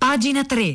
Pagina 3.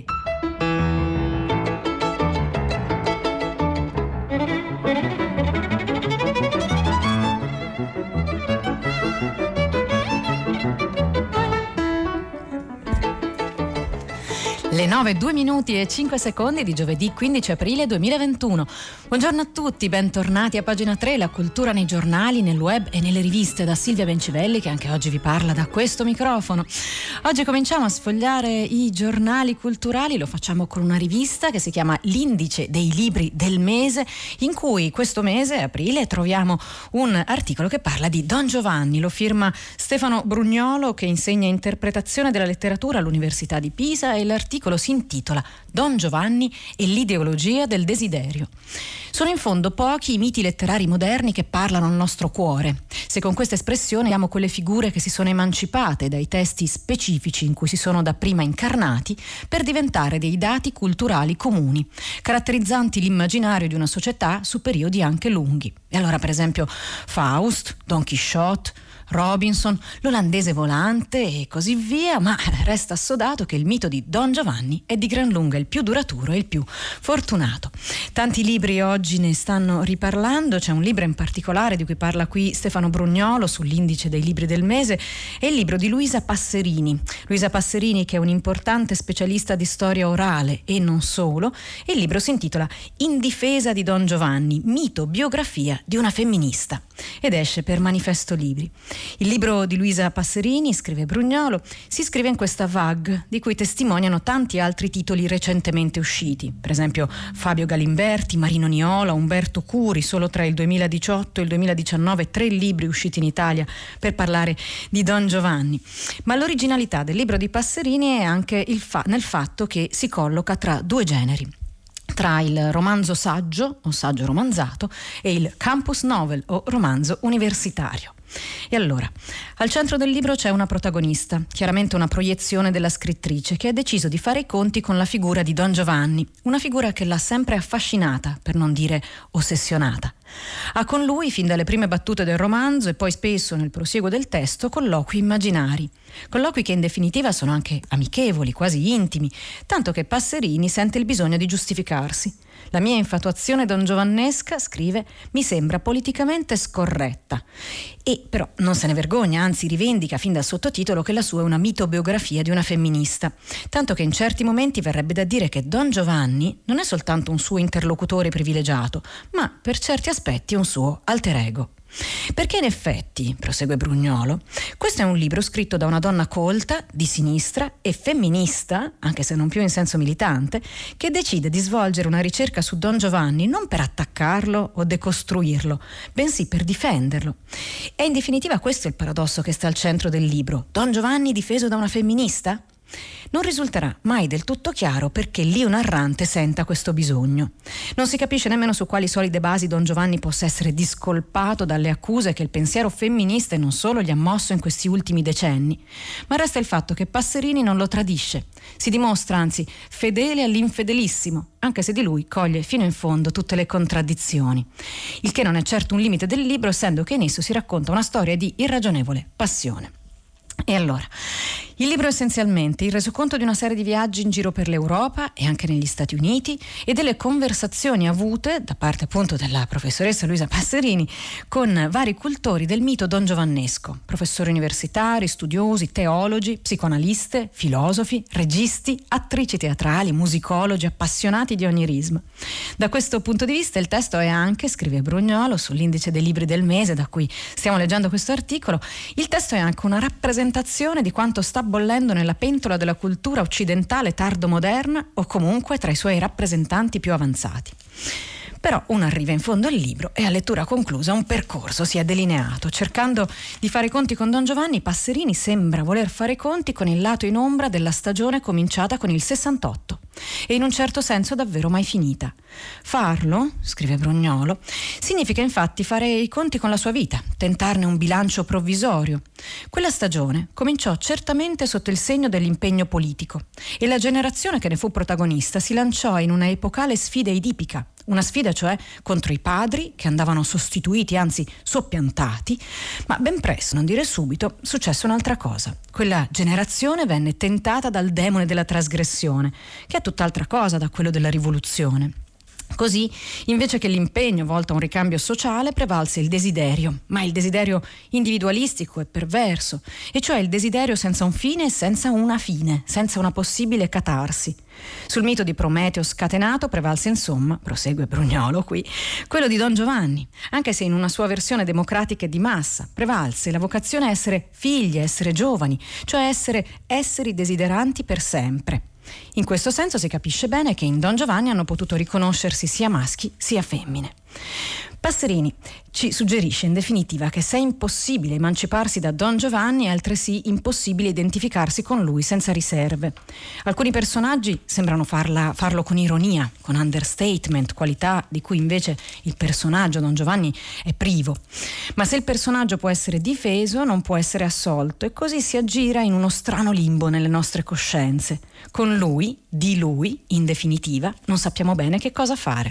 Le 9, 2 minuti e 5 secondi di giovedì 15 aprile 2021. Buongiorno a tutti, bentornati a Pagina 3, la cultura nei giornali, nel web e nelle riviste, da Silvia Bencivelli, che anche oggi vi parla da questo microfono. Oggi cominciamo a sfogliare i giornali culturali, lo facciamo con una rivista che si chiama L'Indice dei Libri del Mese, in cui questo mese, aprile, troviamo un articolo che parla di Don Giovanni. Lo firma Stefano Brugnolo, che insegna interpretazione della letteratura all'Università di Pisa, e l'articolo si intitola Don Giovanni e l'ideologia del desiderio. Sono in fondo pochi i miti letterari moderni che parlano al nostro cuore. Se con questa espressione vediamo quelle figure che si sono emancipate dai testi specifici in cui si sono dapprima incarnati per diventare dei dati culturali comuni, caratterizzanti l'immaginario di una società su periodi anche lunghi. E allora, per esempio, Faust, Don Chisciotte, Robinson, l'olandese volante e così via, ma resta assodato che il mito di Don Giovanni è di gran lunga il più duraturo e il più fortunato. Tanti libri oggi ne stanno riparlando, c'è un libro in particolare di cui parla qui Stefano Brugnolo sull'Indice dei Libri del Mese, è il libro di Luisa Passerini. Luisa Passerini, che è un'importante specialista di storia orale e non solo, e il libro si intitola In difesa di Don Giovanni, mito, biografia di una femminista, ed esce per Manifesto Libri. Il libro di Luisa Passerini, scrive Brugnolo, si iscrive in questa vague di cui testimoniano tanti altri titoli recentemente usciti, per esempio Fabio Galimberti, Marino Niola, Umberto Curi. Solo tra il 2018 e il 2019 3 libri usciti in Italia per parlare di Don Giovanni. Ma l'originalità del libro di Passerini è anche nel fatto che si colloca tra due generi, tra il romanzo saggio o saggio romanzato e il campus novel o romanzo universitario. E allora, al centro del libro c'è una protagonista, chiaramente una proiezione della scrittrice, che ha deciso di fare i conti con la figura di Don Giovanni, una figura che l'ha sempre affascinata, per non dire ossessionata. Ha con lui, fin dalle prime battute del romanzo e poi spesso nel prosieguo del testo, colloqui immaginari. Colloqui che in definitiva sono anche amichevoli, quasi intimi, tanto che Passerini sente il bisogno di giustificarsi. La mia infatuazione dongiovannesca, scrive, mi sembra politicamente scorretta. E però non se ne vergogna, anzi rivendica fin dal sottotitolo che la sua è una mitobiografia di una femminista. Tanto che in certi momenti verrebbe da dire che Don Giovanni non è soltanto un suo interlocutore privilegiato, ma per certi aspetti un suo alter ego. Perché in effetti, prosegue Brugnolo, questo è un libro scritto da una donna colta, di sinistra e femminista, anche se non più in senso militante, che decide di svolgere una ricerca su Don Giovanni non per attaccarlo o decostruirlo, bensì per difenderlo. E in definitiva questo è il paradosso che sta al centro del libro. Don Giovanni difeso da una femminista? Non risulterà mai del tutto chiaro perché l'io narrante senta questo bisogno. Non si capisce nemmeno su quali solide basi Don Giovanni possa essere discolpato dalle accuse che il pensiero femminista e non solo gli ha mosso in questi ultimi decenni. Ma resta il fatto che Passerini non lo tradisce. Si dimostra anzi fedele all'infedelissimo, anche se di lui coglie fino in fondo tutte le contraddizioni. Il che non è certo un limite del libro, essendo che in esso si racconta una storia di irragionevole passione. E allora, il libro è essenzialmente il resoconto di una serie di viaggi in giro per l'Europa e anche negli Stati Uniti e delle conversazioni avute da parte appunto della professoressa Luisa Passerini con vari cultori del mito dongiovannesco, professori universitari, studiosi, teologi, psicoanaliste, filosofi, registi, attrici teatrali, musicologi, appassionati di ogni risma. Da questo punto di vista il testo è anche, scrive Brugnolo sull'Indice dei Libri del Mese, da cui stiamo leggendo questo articolo, il testo è anche una rappresentazione di quanto sta bollendo nella pentola della cultura occidentale tardo-moderna o comunque tra i suoi rappresentanti più avanzati. Però uno arriva in fondo al libro e a lettura conclusa un percorso si è delineato. Cercando di fare i conti con Don Giovanni, Passerini sembra voler fare i conti con il lato in ombra della stagione cominciata con il 68 e in un certo senso davvero mai finita. Farlo, scrive Brugnolo, significa infatti fare i conti con la sua vita, tentarne un bilancio provvisorio. Quella stagione cominciò certamente sotto il segno dell'impegno politico e la generazione che ne fu protagonista si lanciò in una epocale sfida edipica, Una sfida cioè contro i padri che andavano sostituiti, anzi soppiantati, ma ben presto, non dire subito, successe un'altra cosa. Quella generazione venne tentata dal demone della trasgressione, che è tutt'altra cosa da quello della rivoluzione. Così, invece che l'impegno volto a un ricambio sociale, prevalse il desiderio, ma il desiderio individualistico e perverso, e cioè il desiderio senza un fine e senza una fine, senza una possibile catarsi. Sul mito di Prometeo scatenato prevalse insomma, prosegue Brugnolo qui, quello di Don Giovanni, anche se in una sua versione democratica e di massa prevalse la vocazione a essere figli, a essere giovani, cioè essere esseri desideranti per sempre. In questo senso si capisce bene che in Don Giovanni hanno potuto riconoscersi sia maschi sia femmine. Passerini ci suggerisce in definitiva che se è impossibile emanciparsi da Don Giovanni è altresì impossibile identificarsi con lui senza riserve. Alcuni personaggi sembrano farlo con ironia, con understatement, qualità di cui invece il personaggio Don Giovanni è privo. Ma se il personaggio può essere difeso, non può essere assolto, e così si aggira in uno strano limbo nelle nostre coscienze. Con lui, di lui, in definitiva, non sappiamo bene che cosa fare.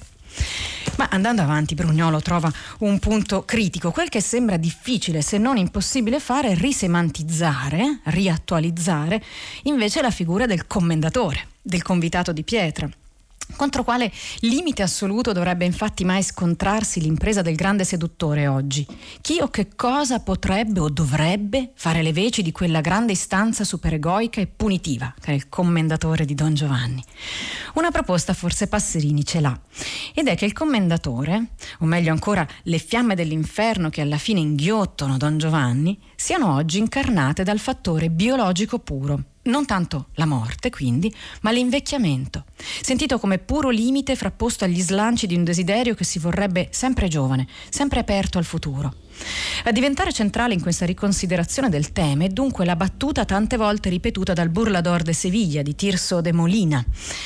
Ma andando avanti, Brugnolo trova un punto critico. Quel che sembra difficile, se non impossibile fare, è risemantizzare, riattualizzare invece la figura del commendatore, del convitato di pietra, contro quale limite assoluto dovrebbe infatti mai scontrarsi l'impresa del grande seduttore oggi. Chi o che cosa potrebbe o dovrebbe fare le veci di quella grande istanza superegoica e punitiva che è il commendatore di Don Giovanni? Una proposta forse Passerini ce l'ha, ed è che il commendatore, o meglio ancora le fiamme dell'inferno che alla fine inghiottono Don Giovanni, siano oggi incarnate dal fattore biologico puro. Non tanto la morte, quindi, ma l'invecchiamento, sentito come puro limite frapposto agli slanci di un desiderio che si vorrebbe sempre giovane, sempre aperto al futuro. A diventare centrale in questa riconsiderazione del tema è dunque la battuta tante volte ripetuta dal Burlador de Sevilla di Tirso de Molina.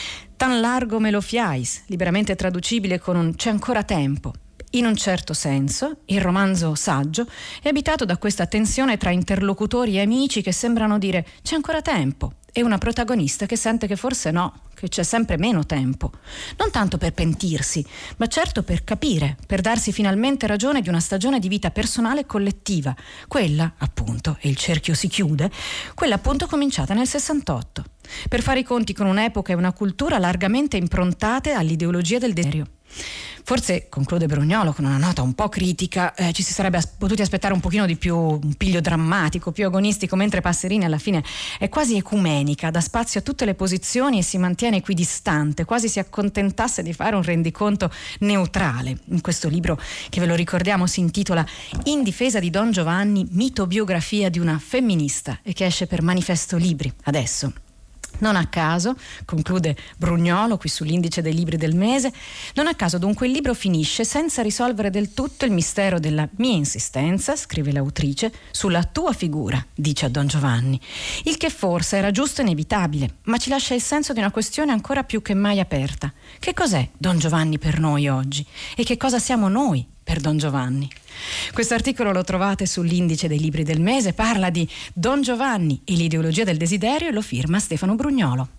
Tan largo me lo fiais, liberamente traducibile con un c'è ancora tempo. In un certo senso, il romanzo saggio è abitato da questa tensione tra interlocutori e amici che sembrano dire c'è ancora tempo, e una protagonista che sente che forse no, che c'è sempre meno tempo. Non tanto per pentirsi, ma certo per capire, per darsi finalmente ragione di una stagione di vita personale e collettiva, quella, appunto, e il cerchio si chiude, quella appunto cominciata nel 68, per fare i conti con un'epoca e una cultura largamente improntate all'ideologia del desiderio. Forse, conclude Brugnolo con una nota un po' critica, ci si sarebbe potuti aspettare un pochino di più, un piglio drammatico, più agonistico, mentre Passerini alla fine è quasi ecumenica, dà spazio a tutte le posizioni e si mantiene equidistante, quasi si accontentasse di fare un rendiconto neutrale. In questo libro, che ve lo ricordiamo, si intitola In difesa di Don Giovanni, mitobiografia di una femminista, e che esce per Manifesto Libri adesso. Non a caso, conclude Brugnolo qui sull'indice dei libri del mese, non a caso dunque il libro finisce senza risolvere del tutto il mistero della mia insistenza, scrive l'autrice, sulla tua figura, dice a Don Giovanni, il che forse era giusto e inevitabile, ma ci lascia il senso di una questione ancora più che mai aperta. Che cos'è Don Giovanni per noi oggi? E che cosa siamo noi per Don Giovanni? Questo articolo lo trovate sull'indice dei libri del mese, parla di Don Giovanni e l'ideologia del desiderio e lo firma Stefano Brugnolo.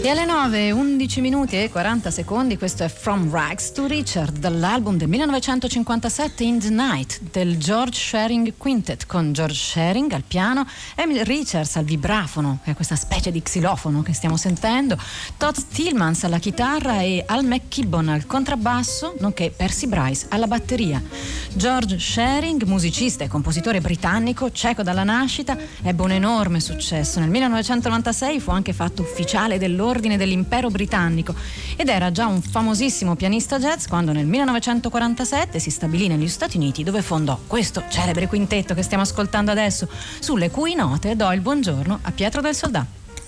E alle 9, 11 minuti e 40 secondi, questo è From Rags to Richard, dall'album del 1957 In the Night del George Shearing Quintet, con George Shearing al piano, Emil Richards al vibrafono, che è questa specie di xilofono che stiamo sentendo, Todd Tillmans alla chitarra e Al McKibbon al contrabbasso, nonché Percy Bryce alla batteria. George Shearing, musicista e compositore britannico, ceco dalla nascita, ebbe un enorme successo. Nel 1996 fu anche fatto ufficiale dell'Ordine dell'Impero Britannico ed era già un famosissimo pianista jazz quando nel 1947 si stabilì negli Stati Uniti, dove fondò questo celebre quintetto che stiamo ascoltando adesso, sulle cui note do il buongiorno a Pietro del Soldà.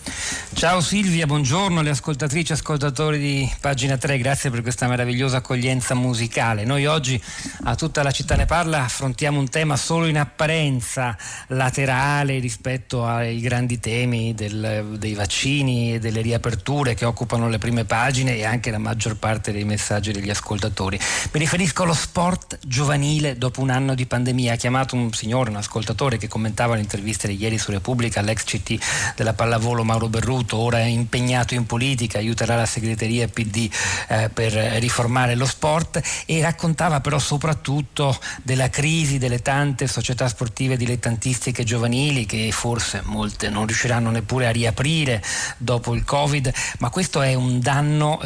Ciao Silvia, buongiorno alle ascoltatrici e ascoltatori di Pagina 3, grazie per questa meravigliosa accoglienza musicale. Noi oggi a Tutta la città ne parla affrontiamo un tema solo in apparenza laterale rispetto ai grandi temi dei vaccini e delle riaperture che occupano le prime pagine e anche la maggior parte dei messaggi degli ascoltatori. Mi riferisco allo sport giovanile dopo un anno di pandemia. Ha chiamato un signore, un ascoltatore che commentava l'intervista di ieri su Repubblica all'ex CT della pallavolo Mauro Berruto, ora è impegnato in politica, aiuterà la segreteria PD per riformare lo sport, e raccontava però soprattutto della crisi delle tante società sportive dilettantistiche giovanili che forse molte non riusciranno neppure a riaprire dopo il Covid, ma questo è un danno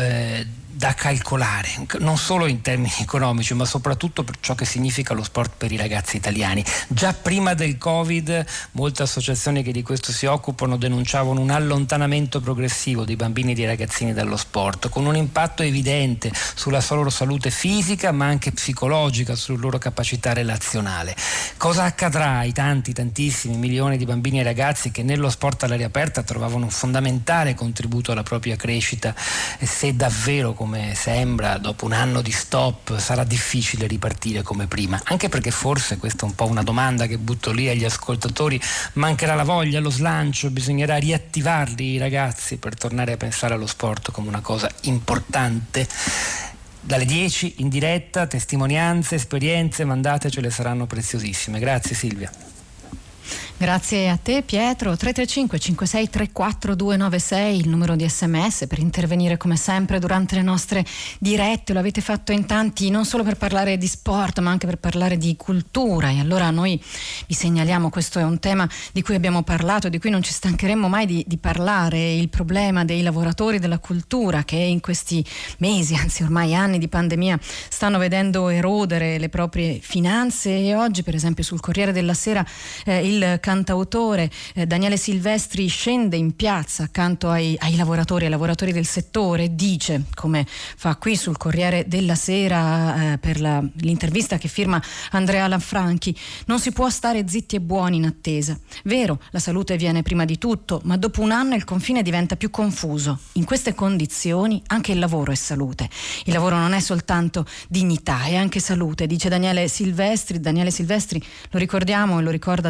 da calcolare, non solo in termini economici, ma soprattutto per ciò che significa lo sport per i ragazzi italiani. Già prima del Covid molte associazioni che di questo si occupano denunciavano un allontanamento progressivo dei bambini e dei ragazzini dallo sport, con un impatto evidente sulla loro salute fisica ma anche psicologica, sulla loro capacità relazionale. Cosa accadrà ai tantissimi milioni di bambini e ragazzi che nello sport all'aria aperta trovavano un fondamentale contributo alla propria crescita, se davvero, come sembra, dopo un anno di stop sarà difficile ripartire come prima? Anche perché forse, questa è un po' una domanda che butto lì agli ascoltatori, mancherà la voglia, lo slancio, bisognerà riattivarli i ragazzi per tornare a pensare allo sport come una cosa importante. Dalle 10 in diretta, testimonianze, esperienze, mandate, ce le saranno preziosissime. Grazie Silvia. Grazie a te Pietro. 335 5634 296 il numero di SMS per intervenire come sempre durante le nostre dirette. Lo avete fatto in tanti, non solo per parlare di sport ma anche per parlare di cultura, e allora noi vi segnaliamo, questo è un tema di cui abbiamo parlato, di cui non ci stancheremo mai di parlare, il problema dei lavoratori della cultura che in questi mesi, anzi ormai anni di pandemia, stanno vedendo erodere le proprie finanze. E oggi per esempio sul Corriere della Sera il cantautore Daniele Silvestri scende in piazza accanto ai lavoratori del settore e dice, come fa qui sul Corriere della Sera per l'intervista che firma Andrea Lanfranchi: non si può stare zitti e buoni in attesa. Vero, la salute viene prima di tutto, ma dopo un anno il confine diventa più confuso. In queste condizioni anche il lavoro è salute. Il lavoro non è soltanto dignità, è anche salute, dice Daniele Silvestri. Daniele Silvestri, lo ricordiamo e lo ricorda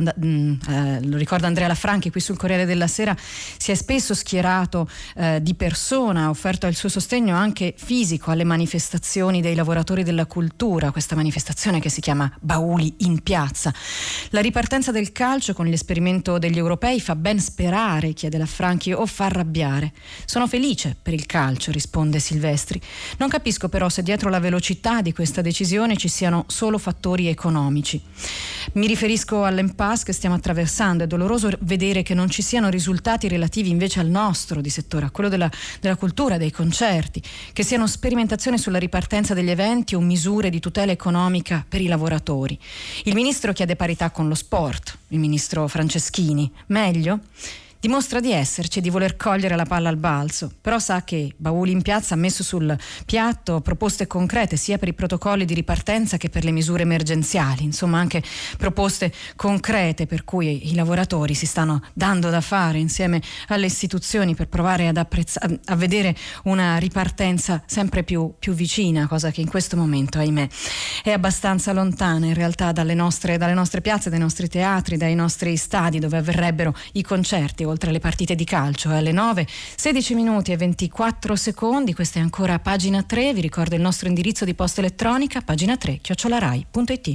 Andrea Lanfranchi qui sul Corriere della Sera, si è spesso schierato di persona, ha offerto il suo sostegno anche fisico alle manifestazioni dei lavoratori della cultura, questa manifestazione che si chiama Bauli in piazza. La ripartenza del calcio con l'esperimento degli europei fa ben sperare, chiede Lanfranchi, o fa arrabbiare? Sono felice per il calcio, risponde Silvestri. Non capisco però se dietro la velocità di questa decisione ci siano solo fattori economici. Mi riferisco all'impasse che stiamo attraversando. È doloroso vedere che non ci siano risultati relativi invece al nostro di settore, a quello della cultura, dei concerti, che siano sperimentazioni sulla ripartenza degli eventi o misure di tutela economica per i lavoratori. Il ministro chiede parità con lo sport, il ministro Franceschini. Meglio? Dimostra di esserci e di voler cogliere la palla al balzo, però sa che Bauli in piazza ha messo sul piatto proposte concrete sia per i protocolli di ripartenza che per le misure emergenziali, insomma anche proposte concrete per cui i lavoratori si stanno dando da fare insieme alle istituzioni per provare a vedere una ripartenza sempre più vicina, cosa che in questo momento, ahimè, è abbastanza lontana in realtà dalle nostre piazze, dai nostri teatri, dai nostri stadi dove avverrebbero i concerti, oltre alle partite di calcio. Alle 9, 16 minuti e 24 secondi. Questa è ancora Pagina 3. Vi ricordo il nostro indirizzo di posta elettronica, pagina3@rai.it.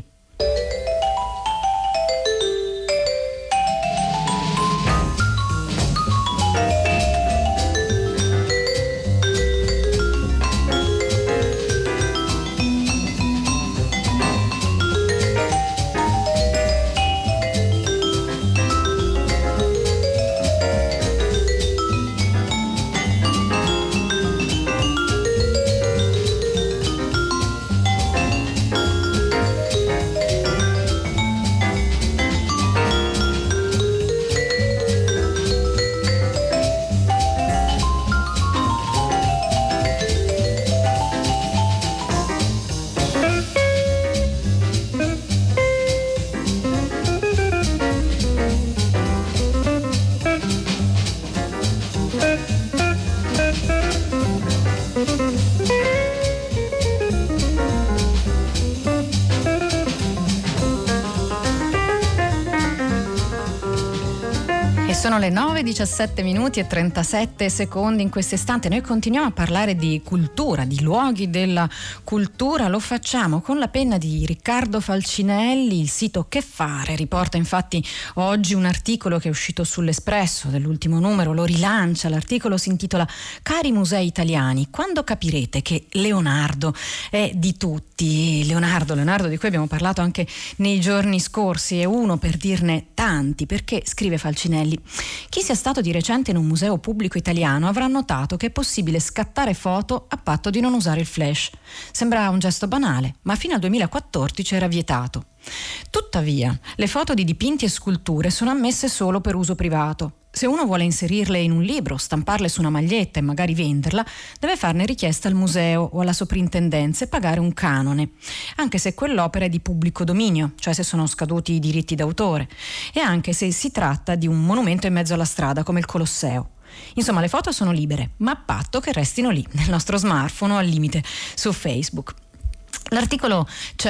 Sono le 9:17 minuti e 37 secondi in questo istante. Noi continuiamo a parlare di cultura, di luoghi della cultura. Lo facciamo con la penna di Riccardo Falcinelli. Il sito Che Fare riporta infatti oggi un articolo che è uscito sull'Espresso dell'ultimo numero, lo rilancia. L'articolo si intitola Cari musei italiani, quando capirete che Leonardo è di tutti? Leonardo di cui abbiamo parlato anche nei giorni scorsi, è uno per dirne tanti, perché, scrive Falcinelli, chi sia stato di recente in un museo pubblico italiano avrà notato che è possibile scattare foto a patto di non usare il flash. Sembra un gesto banale, ma fino al 2014 era vietato. Tuttavia, le foto di dipinti e sculture sono ammesse solo per uso privato. Se uno vuole inserirle in un libro, stamparle su una maglietta e magari venderla, deve farne richiesta al museo o alla soprintendenza e pagare un canone, anche se quell'opera è di pubblico dominio, cioè se sono scaduti i diritti d'autore, e anche se si tratta di un monumento in mezzo alla strada come il Colosseo. Insomma, le foto sono libere, ma a patto che restino lì, nel nostro smartphone o al limite su Facebook. L'articolo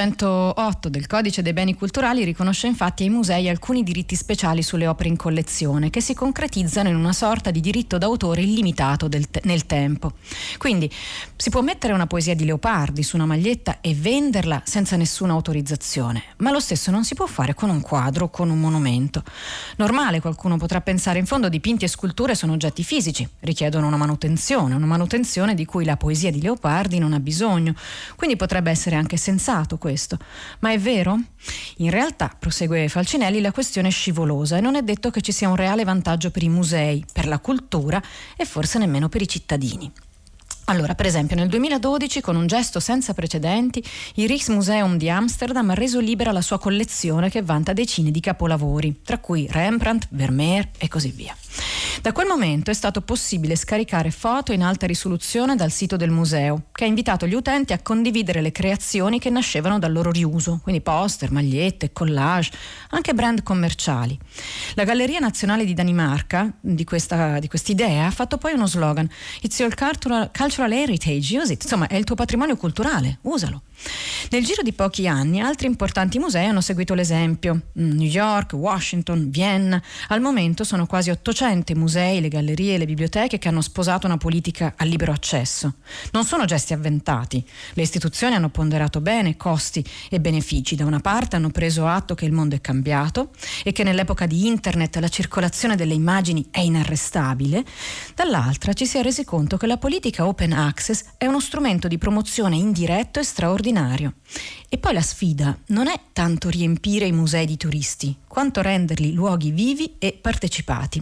108 del Codice dei Beni Culturali riconosce infatti ai musei alcuni diritti speciali sulle opere in collezione che si concretizzano in una sorta di diritto d'autore illimitato nel tempo. Quindi si può mettere una poesia di Leopardi su una maglietta e venderla senza nessuna autorizzazione, ma lo stesso non si può fare con un quadro o con un monumento. Normale, qualcuno potrà pensare, in fondo dipinti e sculture sono oggetti fisici, richiedono una manutenzione di cui la poesia di Leopardi non ha bisogno, quindi potrebbe essere anche sensato questo. Ma è vero? In realtà, prosegue Falcinelli, la questione è scivolosa e non è detto che ci sia un reale vantaggio per i musei, per la cultura e forse nemmeno per i cittadini. Allora, per esempio, nel 2012, con un gesto senza precedenti, il Rijksmuseum di Amsterdam ha reso libera la sua collezione che vanta decine di capolavori, tra cui Rembrandt, Vermeer e così via. Da quel momento è stato possibile scaricare foto in alta risoluzione dal sito del museo, che ha invitato gli utenti a condividere le creazioni che nascevano dal loro riuso, quindi poster, magliette, collage, anche brand commerciali. La Galleria Nazionale di Danimarca di quest'idea ha fatto poi uno slogan: It's your cultural heritage, use it. Insomma, è il tuo patrimonio culturale, usalo. Nel giro di pochi anni altri importanti musei hanno seguito l'esempio: New York, Washington, Vienna. Al momento sono quasi 800 i musei, le gallerie e le biblioteche che hanno sposato una politica al libero accesso. Non sono gesti avventati. Le istituzioni hanno ponderato bene costi e benefici. Da una parte hanno preso atto che il mondo è cambiato e che nell'epoca di internet la circolazione delle immagini è inarrestabile, dall'altra ci si è resi conto che la politica open access è uno strumento di promozione indiretto e straordinario. E poi la sfida non è tanto riempire i musei di turisti, quanto renderli luoghi vivi e partecipati.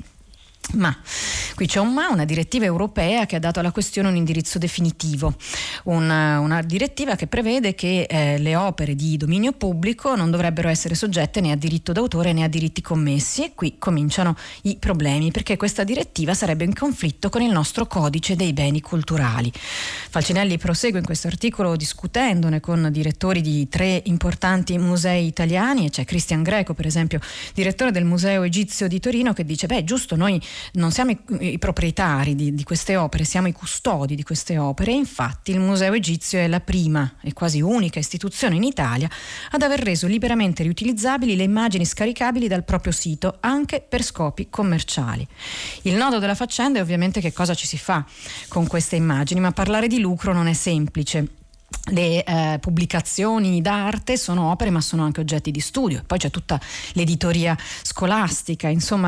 Ma qui c'è una direttiva europea che ha dato alla questione un indirizzo definitivo, una direttiva che prevede che le opere di dominio pubblico non dovrebbero essere soggette né a diritto d'autore né a diritti commessi, e qui cominciano i problemi, perché questa direttiva sarebbe in conflitto con il nostro codice dei beni culturali. Falcinelli prosegue in questo articolo discutendone con direttori di 3 importanti musei italiani, e c'è Cristian Greco, per esempio, direttore del Museo Egizio di Torino, che dice: giusto, noi non siamo i proprietari di queste opere, siamo i custodi di queste opere, e infatti il Museo Egizio è la prima e quasi unica istituzione in Italia ad aver reso liberamente riutilizzabili le immagini scaricabili dal proprio sito anche per scopi commerciali. Il nodo della faccenda è ovviamente che cosa ci si fa con queste immagini, ma parlare di lucro non è semplice. Le pubblicazioni d'arte sono opere, ma sono anche oggetti di studio. Poi c'è tutta l'editoria scolastica. Insomma,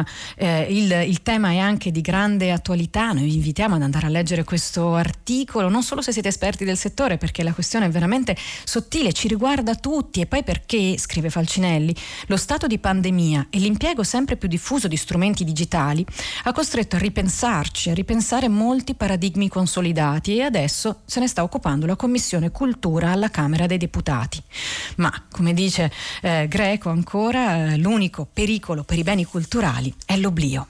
il tema è anche di grande attualità. Noi vi invitiamo ad andare a leggere questo articolo, non solo se siete esperti del settore, perché la questione è veramente sottile, ci riguarda tutti. E poi perché, scrive Falcinelli, lo stato di pandemia e l'impiego sempre più diffuso di strumenti digitali ha costretto a ripensare molti paradigmi consolidati, e adesso se ne sta occupando la Commissione Cultura alla Camera dei Deputati. Ma, come dice Greco ancora, l'unico pericolo per i beni culturali è l'oblio.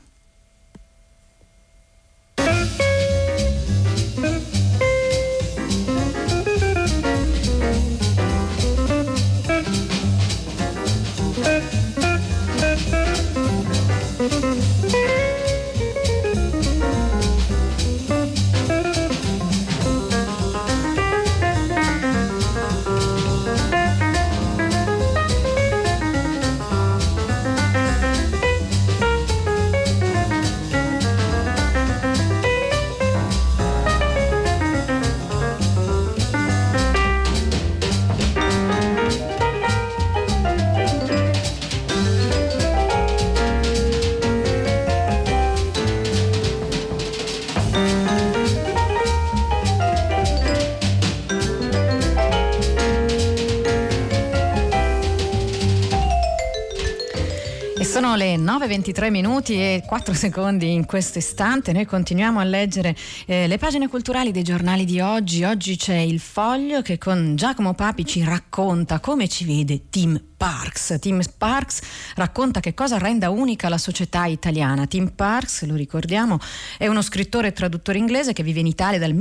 E sono le 9:23 minuti e 4 secondi in questo istante. Noi continuiamo a leggere le pagine culturali dei giornali di oggi. Oggi c'è Il Foglio che con Giacomo Papi ci racconta come ci vede Tim Parks. Tim Parks racconta che cosa renda unica la società italiana. Tim Parks, lo ricordiamo, è uno scrittore e traduttore inglese che vive in Italia dal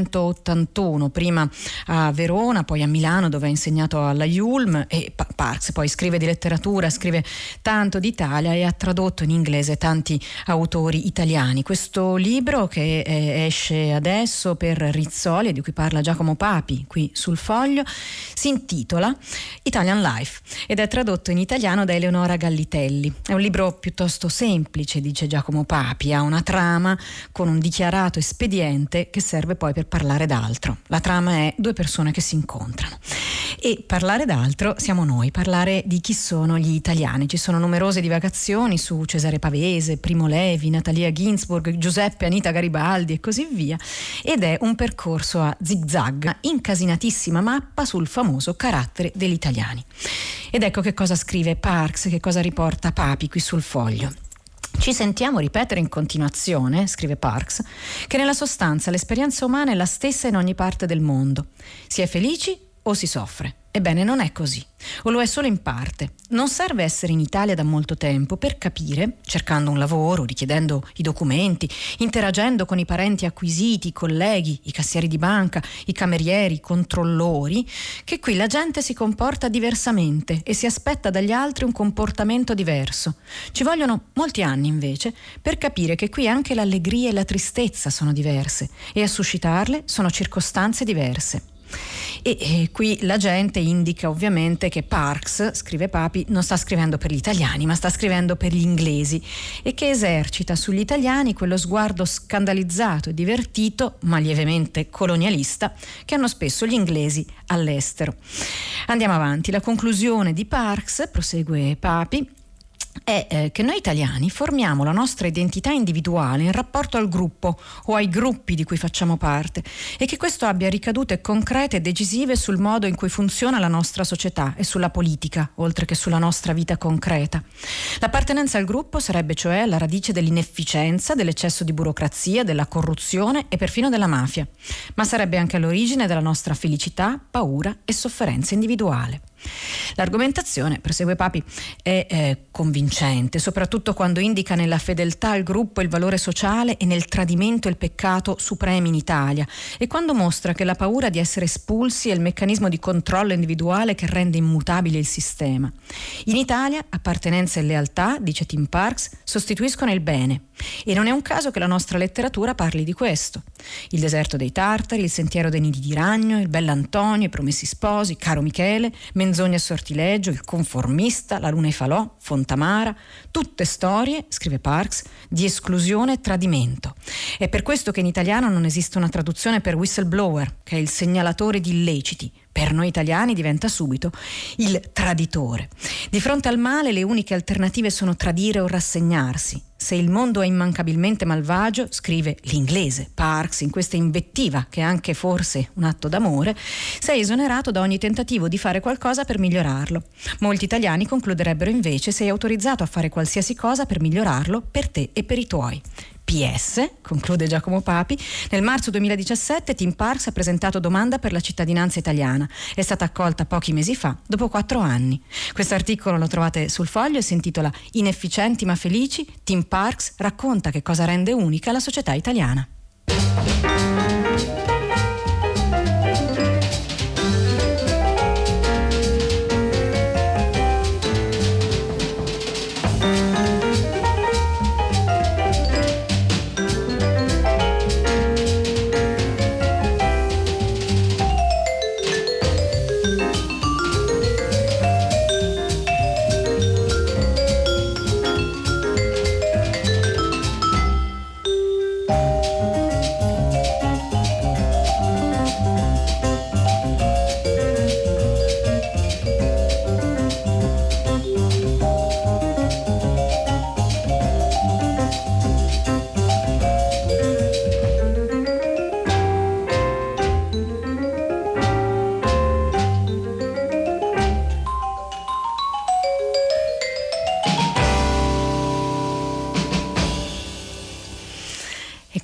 1981, prima a Verona, poi a Milano dove ha insegnato alla Yulm, e Parks poi scrive di letteratura, scrive tanto d'Italia e ha tradotto in inglese tanti autori italiani. Questo libro che esce adesso per Rizzoli e di cui parla Giacomo Papi qui sul Foglio si intitola Italian Life ed è tradotto in italiano da Eleonora Gallitelli. È un libro piuttosto semplice, dice Giacomo Papi, ha una trama con un dichiarato espediente che serve poi per parlare d'altro. La trama è due persone che si incontrano e parlare d'altro siamo noi, parlare di chi sono gli italiani. Ci sono numerose divagazioni su Cesare Pavese, Primo Levi, Natalia Ginzburg, Giuseppe, Anita Garibaldi e così via, ed è un percorso a zigzag, incasinatissima mappa sul famoso carattere degli italiani. Ed ecco che cosa scrive Parks, che cosa riporta Papi qui sul Foglio. Ci sentiamo ripetere in continuazione, scrive Parks, che nella sostanza l'esperienza umana è la stessa in ogni parte del mondo. Si è felici o si soffre. Ebbene, non è così, o lo è solo in parte. Non serve essere in Italia da molto tempo per capire, cercando un lavoro, richiedendo i documenti, interagendo con i parenti acquisiti, i colleghi, i cassieri di banca, i camerieri, i controllori, che qui la gente si comporta diversamente e si aspetta dagli altri un comportamento diverso. Ci vogliono molti anni, invece, per capire che qui anche l'allegria e la tristezza sono diverse e a suscitarle sono circostanze diverse. E qui la gente indica ovviamente che Parks, scrive Papi, non sta scrivendo per gli italiani ma sta scrivendo per gli inglesi e che esercita sugli italiani quello sguardo scandalizzato e divertito ma lievemente colonialista che hanno spesso gli inglesi all'estero. Andiamo avanti, la conclusione di Parks, prosegue Papi, è che noi italiani formiamo la nostra identità individuale in rapporto al gruppo o ai gruppi di cui facciamo parte e che questo abbia ricadute concrete e decisive sul modo in cui funziona la nostra società e sulla politica, oltre che sulla nostra vita concreta. L'appartenenza al gruppo sarebbe cioè la radice dell'inefficienza, dell'eccesso di burocrazia, della corruzione e perfino della mafia, ma sarebbe anche all'origine della nostra felicità, paura e sofferenza individuale. L'argomentazione, prosegue Papi, è convincente, soprattutto quando indica nella fedeltà al gruppo il valore sociale e nel tradimento il peccato supremi in Italia e quando mostra che la paura di essere espulsi è il meccanismo di controllo individuale che rende immutabile il sistema. In Italia appartenenza e lealtà, dice Tim Parks, sostituiscono il bene e non è un caso che la nostra letteratura parli di questo. Il deserto dei Tartari, il sentiero dei nidi di ragno, il bell'Antonio, i promessi sposi, caro Michele, Menzogna e sortileggio, il conformista, la luna e falò, Fontamara, tutte storie, scrive Parks, di esclusione e tradimento. È per questo che in italiano non esiste una traduzione per whistleblower, che è il segnalatore di illeciti. Per noi italiani diventa subito il traditore. Di fronte al male le uniche alternative sono tradire o rassegnarsi. Se il mondo è immancabilmente malvagio, scrive l'inglese Parks in questa invettiva, che è anche forse un atto d'amore, sei esonerato da ogni tentativo di fare qualcosa per migliorarlo. Molti italiani concluderebbero invece sei autorizzato a fare qualsiasi cosa per migliorarlo per te e per i tuoi. PS, conclude Giacomo Papi, nel marzo 2017 Tim Parks ha presentato domanda per la cittadinanza italiana. È stata accolta pochi mesi fa, dopo 4 anni. Questo articolo lo trovate sul Foglio e si intitola Inefficienti ma felici, Tim Parks racconta che cosa rende unica la società italiana.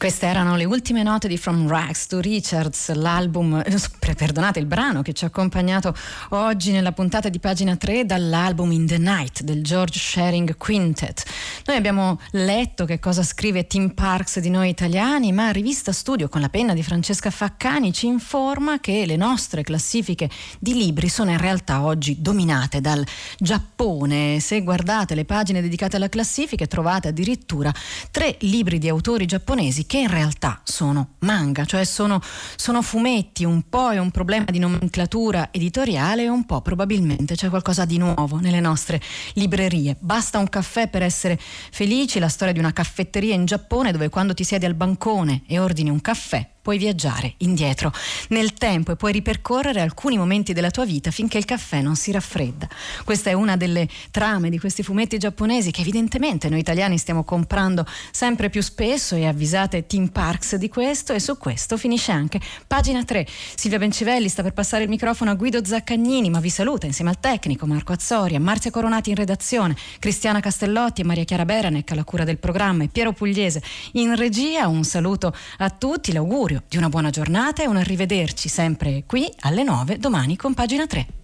Queste erano le ultime note di From Rags to Richards, il brano che ci ha accompagnato oggi nella puntata di Pagina 3 dall'album In the Night del George Shearing Quintet. Noi abbiamo letto che cosa scrive Tim Parks di noi italiani, ma Rivista Studio con la penna di Francesca Faccani ci informa che le nostre classifiche di libri sono in realtà oggi dominate dal Giappone. Se guardate le pagine dedicate alla classifica trovate addirittura 3 libri di autori giapponesi che in realtà sono manga, cioè sono fumetti. Un po' è un problema di nomenclatura editoriale e un po' probabilmente c'è qualcosa di nuovo nelle nostre librerie. Basta un caffè per essere felici, la storia di una caffetteria in Giappone dove quando ti siedi al bancone e ordini un caffè puoi viaggiare indietro nel tempo e puoi ripercorrere alcuni momenti della tua vita finché il caffè non si raffredda. Questa è una delle trame di questi fumetti giapponesi che evidentemente noi italiani stiamo comprando sempre più spesso, e avvisate Tim Parks di questo, e su questo finisce anche Pagina 3. Silvia Bencivelli sta per passare il microfono a Guido Zaccagnini, ma vi saluta insieme al tecnico Marco Azzoria, Marzia Coronati in redazione, Cristiana Castellotti e Maria Chiara Beranec alla cura del programma e Piero Pugliese in regia. Un saluto a tutti, l'augurio di una buona giornata e un arrivederci sempre qui alle 9 domani con Pagina 3.